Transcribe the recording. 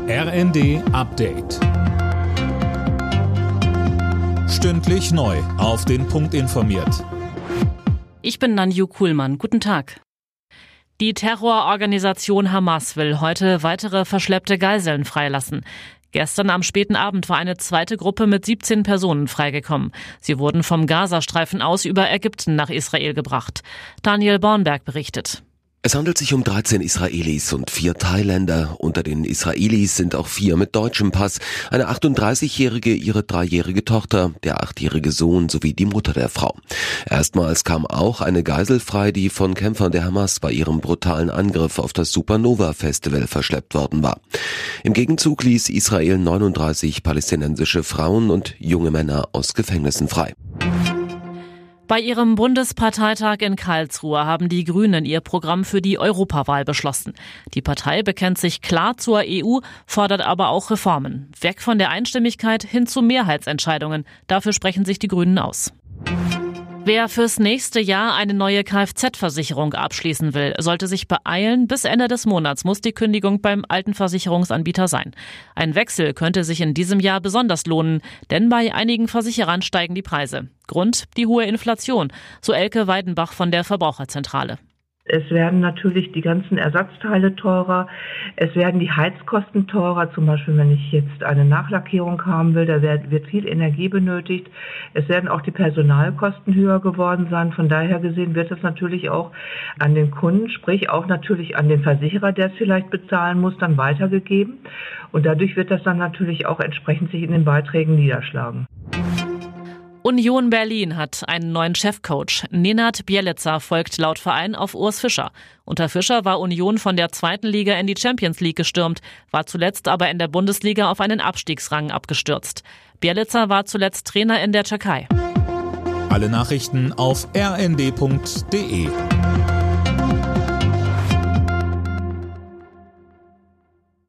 RND Update. Stündlich neu auf den Punkt informiert. Ich bin Nanju Kuhlmann. Guten Tag. Die Terrororganisation Hamas will heute weitere verschleppte Geiseln freilassen. Gestern am späten Abend war eine zweite Gruppe mit 17 Personen freigekommen. Sie wurden vom Gazastreifen aus über Ägypten nach Israel gebracht. Daniel Bornberg berichtet. Es handelt sich um 13 Israelis und 4 Thailänder. Unter den Israelis sind auch 4 mit deutschem Pass. Eine 38-jährige, ihre 3-jährige Tochter, der 8-jährige Sohn sowie die Mutter der Frau. Erstmals kam auch eine Geisel frei, die von Kämpfern der Hamas bei ihrem brutalen Angriff auf das Supernova-Festival verschleppt worden war. Im Gegenzug ließ Israel 39 palästinensische Frauen und junge Männer aus Gefängnissen frei. Bei ihrem Bundesparteitag in Karlsruhe haben die Grünen ihr Programm für die Europawahl beschlossen. Die Partei bekennt sich klar zur EU, fordert aber auch Reformen. Weg von der Einstimmigkeit hin zu Mehrheitsentscheidungen. Dafür sprechen sich die Grünen aus. Wer fürs nächste Jahr eine neue Kfz-Versicherung abschließen will, sollte sich beeilen. Bis Ende des Monats muss die Kündigung beim alten Versicherungsanbieter sein. Ein Wechsel könnte sich in diesem Jahr besonders lohnen, denn bei einigen Versicherern steigen die Preise. Grund: die hohe Inflation, so Elke Weidenbach von der Verbraucherzentrale. Es werden natürlich die ganzen Ersatzteile teurer, es werden die Heizkosten teurer, zum Beispiel wenn ich jetzt eine Nachlackierung haben will, da wird viel Energie benötigt. Es werden auch die Personalkosten höher geworden sein, von daher gesehen wird es natürlich auch an den Kunden, sprich auch natürlich an den Versicherer, der es vielleicht bezahlen muss, dann weitergegeben. Und dadurch wird das dann natürlich auch entsprechend sich in den Beiträgen niederschlagen. Union Berlin hat einen neuen Chefcoach. Nenad Bjelica folgt laut Verein auf Urs Fischer. Unter Fischer war Union von der 2. Liga in die Champions League gestürmt, war zuletzt aber in der Bundesliga auf einen Abstiegsrang abgestürzt. Bjelica war zuletzt Trainer in der Türkei. Alle Nachrichten auf rnd.de.